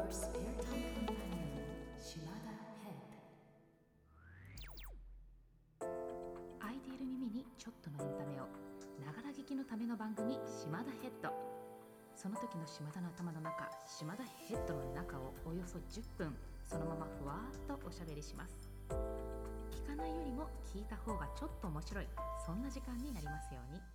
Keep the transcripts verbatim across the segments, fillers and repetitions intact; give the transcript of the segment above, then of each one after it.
Your spare time companion, Shimada Head。 空いている耳にちょっとのエンタメを、ながら聞きのための番組島田ヘッド。その時の島田の頭の中、島田ヘッドの中をおよそじゅっぷんそのままふわーっとおしゃべりします。聞かないよりも聞いた方がちょっと面白い、そんな時間になりますように。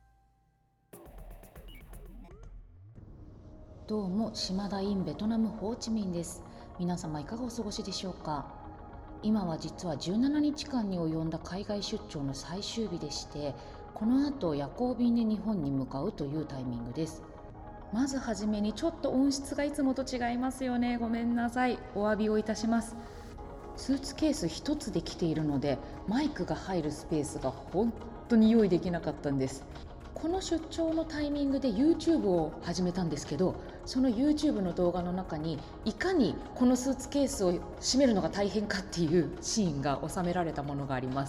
どうも、島田インベトナムホーチミンです。皆様いかがお過ごしでしょうか。今は実はじゅうななにちかんに及んだ海外出張の最終日でして、この後夜行便で日本に向かうというタイミングです。まずはじめにちょっと音質がいつもと違いますよね。ごめんなさい。お詫びをいたします。スーツケース一つで来ているので、マイクが入るスペースが本当に用意できなかったんです。この出張のタイミングで YouTube を始めたんですけど、その YouTube の動画の中にいかにこのスーツケースを閉めるのが大変かっていうシーンが収められたものがあります。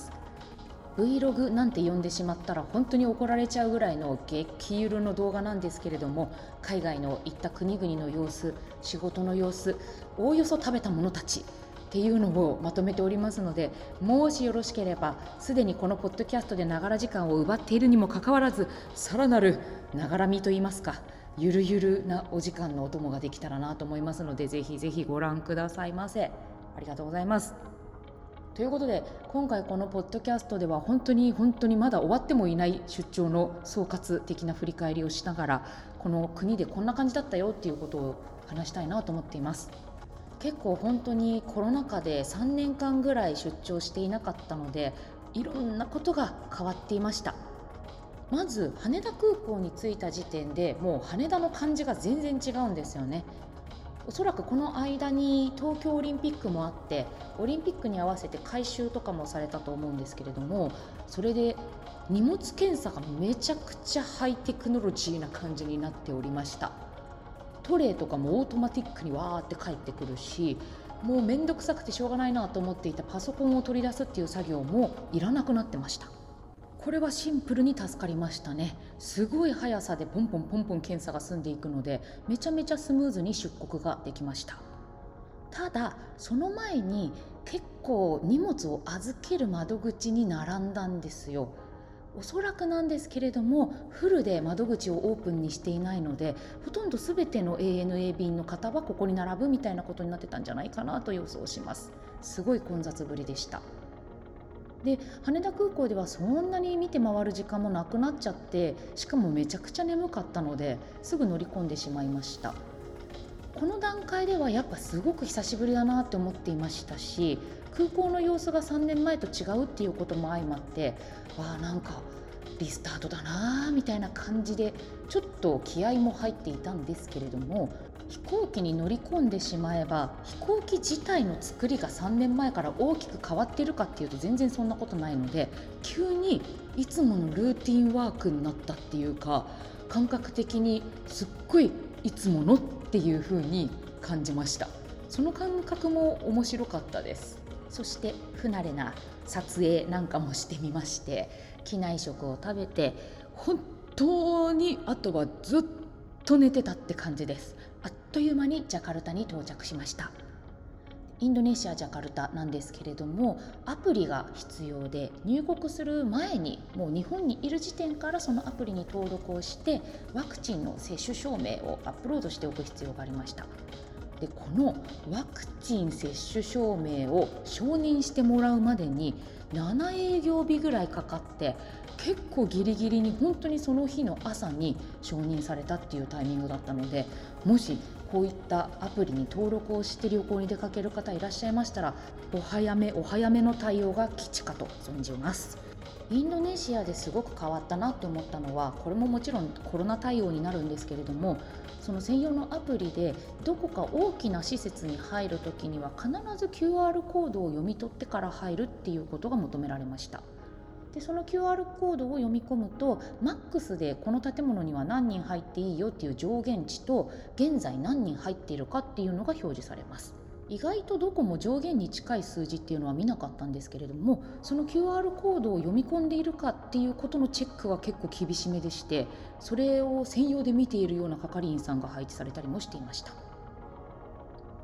Vlog なんて呼んでしまったら本当に怒られちゃうぐらいの激ゆるの動画なんですけれども、海外の行った国々の様子、仕事の様子、おおよそ食べたものたちっていうのをまとめておりますので、もしよろしければ、すでにこのポッドキャストでながら時間を奪っているにもかかわらず、さらなるながらみといいますか、ゆるゆるなお時間のお供ができたらなと思いますので、ぜひぜひご覧くださいませ。ありがとうございます。ということで、今回このポッドキャストでは本当に本当にまだ終わってもいない出張の総括的な振り返りをしながら、この国でこんな感じだったよっていうことを話したいなと思っています。結構本当にコロナ禍でさんねんかんぐらい出張していなかったので、いろんなことが変わっていました。まず羽田空港に着いた時点でもう羽田の感じが全然違うんですよね。おそらくこの間に東京オリンピックもあって、オリンピックに合わせて改修とかもされたと思うんですけれども、それで荷物検査がめちゃくちゃハイテクノロジーな感じになっておりました。トレイとかもオートマティックにわーって返ってくるし、もうめんどくさくてしょうがないなと思っていたパソコンを取り出すっていう作業もいらなくなってました。これはシンプルに助かりましたね。すごい速さでポンポンポンポン検査が済んでいくので、めちゃめちゃスムーズに出国ができました。ただその前に結構荷物を預ける窓口に並んだんですよ。おそらくなんですけれども、フルで窓口をオープンにしていないので、ほとんど全ての エーエヌエー 便の方はここに並ぶみたいなことになってたんじゃないかなと予想します。すごい混雑ぶりでした。で、羽田空港ではそんなに見て回る時間もなくなっちゃって、しかもめちゃくちゃ眠かったのですぐ乗り込んでしまいました。この段階ではやっぱすごく久しぶりだなって思っていましたし、空港の様子がさんねんまえと違うっていうことも相まって、わあなんかリスタートだなみたいな感じで、ちょっと気合も入っていたんですけれども、飛行機に乗り込んでしまえば、飛行機自体の作りがさんねんまえから大きく変わっているかっていうと全然そんなことないので、急にいつものルーティンワークになったっていうか、感覚的にすっごいいつものっていう風に感じました。その感覚も面白かったです。そして不慣れな撮影なんかもしてみまして、機内食を食べて、本当にあとはずっと寝てたって感じです。あっという間にジャカルタに到着しました。インドネシア・ジャカルタなんですけれども、アプリが必要で、入国する前にもう日本にいる時点からそのアプリに登録をして、ワクチンの接種証明をアップロードしておく必要がありました。で、このワクチン接種証明を承認してもらうまでにななえいぎょうびぐらいかかって、結構ギリギリに本当にその日の朝に承認されたっていうタイミングだったので、もしこういったアプリに登録をして旅行に出かける方いらっしゃいましたら、お早めお早めの対応が吉かと存じます。インドネシアですごく変わったなと思ったのは、これももちろんコロナ対応になるんですけれども、その専用のアプリでどこか大きな施設に入るときには必ず キューアール コードを読み取ってから入るっていうことが求められました。で、その キューアール コードを読み込むと、マックスでこの建物には何人入っていいよっていう上限値と、現在何人入っているかっていうのが表示されます。意外とどこも上限に近い数字っていうのは見なかったんですけれども、その キューアール コードを読み込んでいるかっていうことのチェックは結構厳しめでして、それを専用で見ているような係員さんが配置されたりもしていました。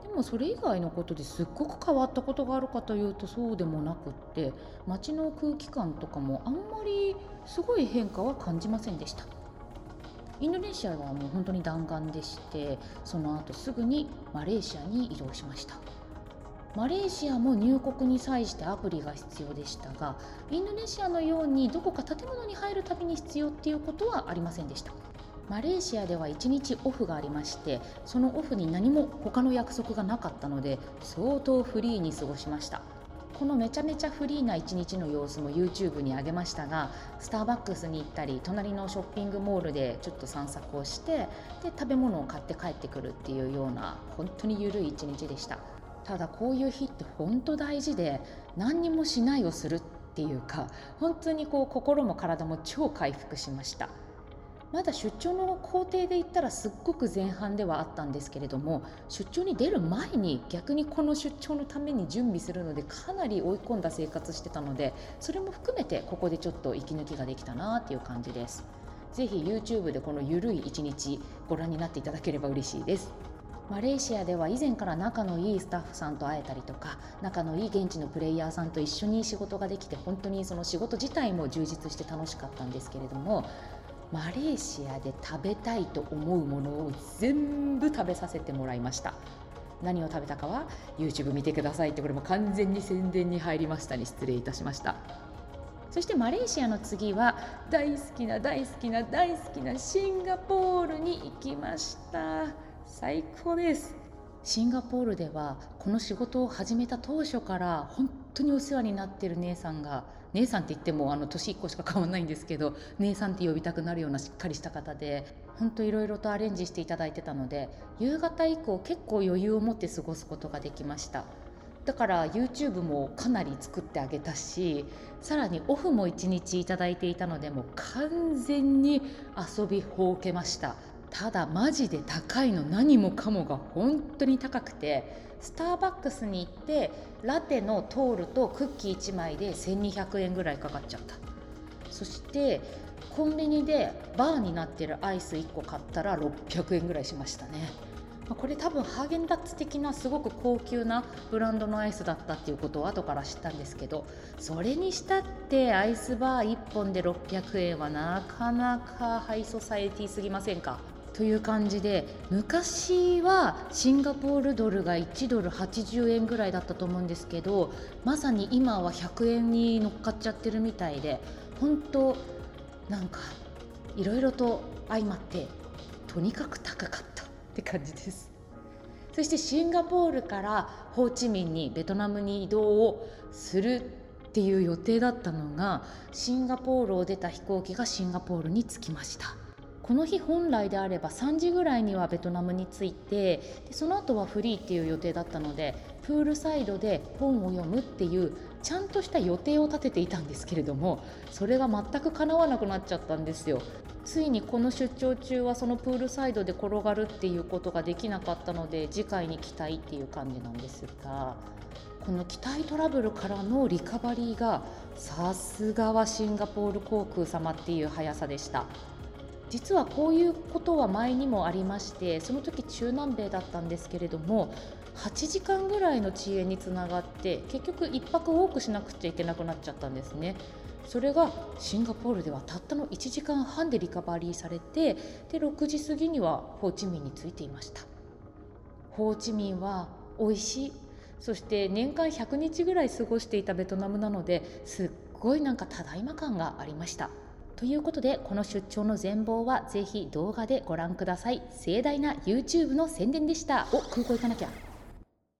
でもそれ以外のことですっごく変わったことがあるかというとそうでもなくって、街の空気感とかもあんまりすごい変化は感じませんでした。インドネシアはもう本当に弾丸でして、その後すぐにマレーシアに移動しました。マレーシアも入国に際してアプリが必要でしたが、インドネシアのようにどこか建物に入るたびに必要っていうことはありませんでした。マレーシアではいちにちオフがありまして、そのオフに何も他の約束がなかったので相当フリーに過ごしました。このめちゃめちゃフリーないちにちの様子も YouTube に上げましたが、スターバックスに行ったり隣のショッピングモールでちょっと散策をして、で食べ物を買って帰ってくるっていうような本当に緩いいちにちでした。ただこういう日って本当大事で、何にもしないをするっていうか、本当にこう心も体も超回復しました。まだ出張の工程で言ったらすっごく前半ではあったんですけれども、出張に出る前に逆にこの出張のために準備するのでかなり追い込んだ生活してたので、それも含めてここでちょっと息抜きができたなっていう感じです。ぜひ YouTube でこのゆるい一日ご覧になっていただければ嬉しいです。マレーシアでは以前から仲のいいスタッフさんと会えたりとか、仲のいい現地のプレイヤーさんと一緒に仕事ができて、本当にその仕事自体も充実して楽しかったんですけれども、マレーシアで食べたいと思うものを全部食べさせてもらいました。何を食べたかは YouTube 見てくださいって、これも完全に宣伝に入りましたに失礼いたしました。そしてマレーシアの次は大好きな大好きな大好きなシンガポールに行きました。最高です。シンガポールではこの仕事を始めた当初から本当にお世話になっている姉さんが、姉さんって言ってもあの年いっこしか変わらないんですけど、姉さんって呼びたくなるようなしっかりした方で、本当いろいろとアレンジしていただいてたので、夕方以降結構余裕を持って過ごすことができました。だから YouTube もかなり作ってあげたし、さらにオフもいちにちいただいていたので、もう完全に遊びほうけました。ただマジで高いの、何もかもが本当に高くて、スターバックスに行ってラテのトールとクッキーいちまいでせんにひゃくえんぐらいかかっちゃった。そしてコンビニでバーになってるアイスいっこ買ったらろっぴゃくえんぐらいしましたね。これ多分ハーゲンダッツ的なすごく高級なブランドのアイスだったっていうことを後から知ったんですけど、それにしたってアイスバーいっぽんでろっぴゃくえんはなかなかハイソサエティすぎませんかという感じで、昔はシンガポールドルがいちドルはちじゅうえんぐらいだったと思うんですけど、まさに今はひゃくえんに乗っかっちゃってるみたいで、本当なんかいろいろと相まってとにかく高かったって感じです。そしてシンガポールからホーチミンにベトナムに移動をするっていう予定だったのが、シンガポールを出た飛行機がシンガポールに着きました。この日本来であればさんじぐらいにはベトナムに着いて、でその後はフリーっていう予定だったので、プールサイドで本を読むっていうちゃんとした予定を立てていたんですけれども、それが全く叶わなくなっちゃったんですよ。ついにこの出張中はそのプールサイドで転がるっていうことができなかったので、次回に期待っていう感じなんですが、この機体トラブルからのリカバリーがさすがはシンガポール航空様っていう速さでした。実はこういうことは前にもありまして、その時中南米だったんですけれども、はちじかんぐらいの遅延につながって結局いっぱく多くしなくちゃいけなくなっちゃったんですね。それがシンガポールではたったのいちじかんはんでリカバリーされて、でろくじ過ぎにはホーチミンに着いていました。ホーチミンは美味しい、そして年間ひゃくにちぐらい過ごしていたベトナムなので、すっごいなんかただいま感がありました。ということで、この出張の全貌はぜひ動画でご覧ください。盛大な YouTube の宣伝でした。お、空港行かな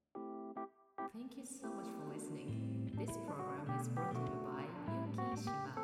きゃ。Thank you so much for listening. This program is brought to you by Yuki Shiba.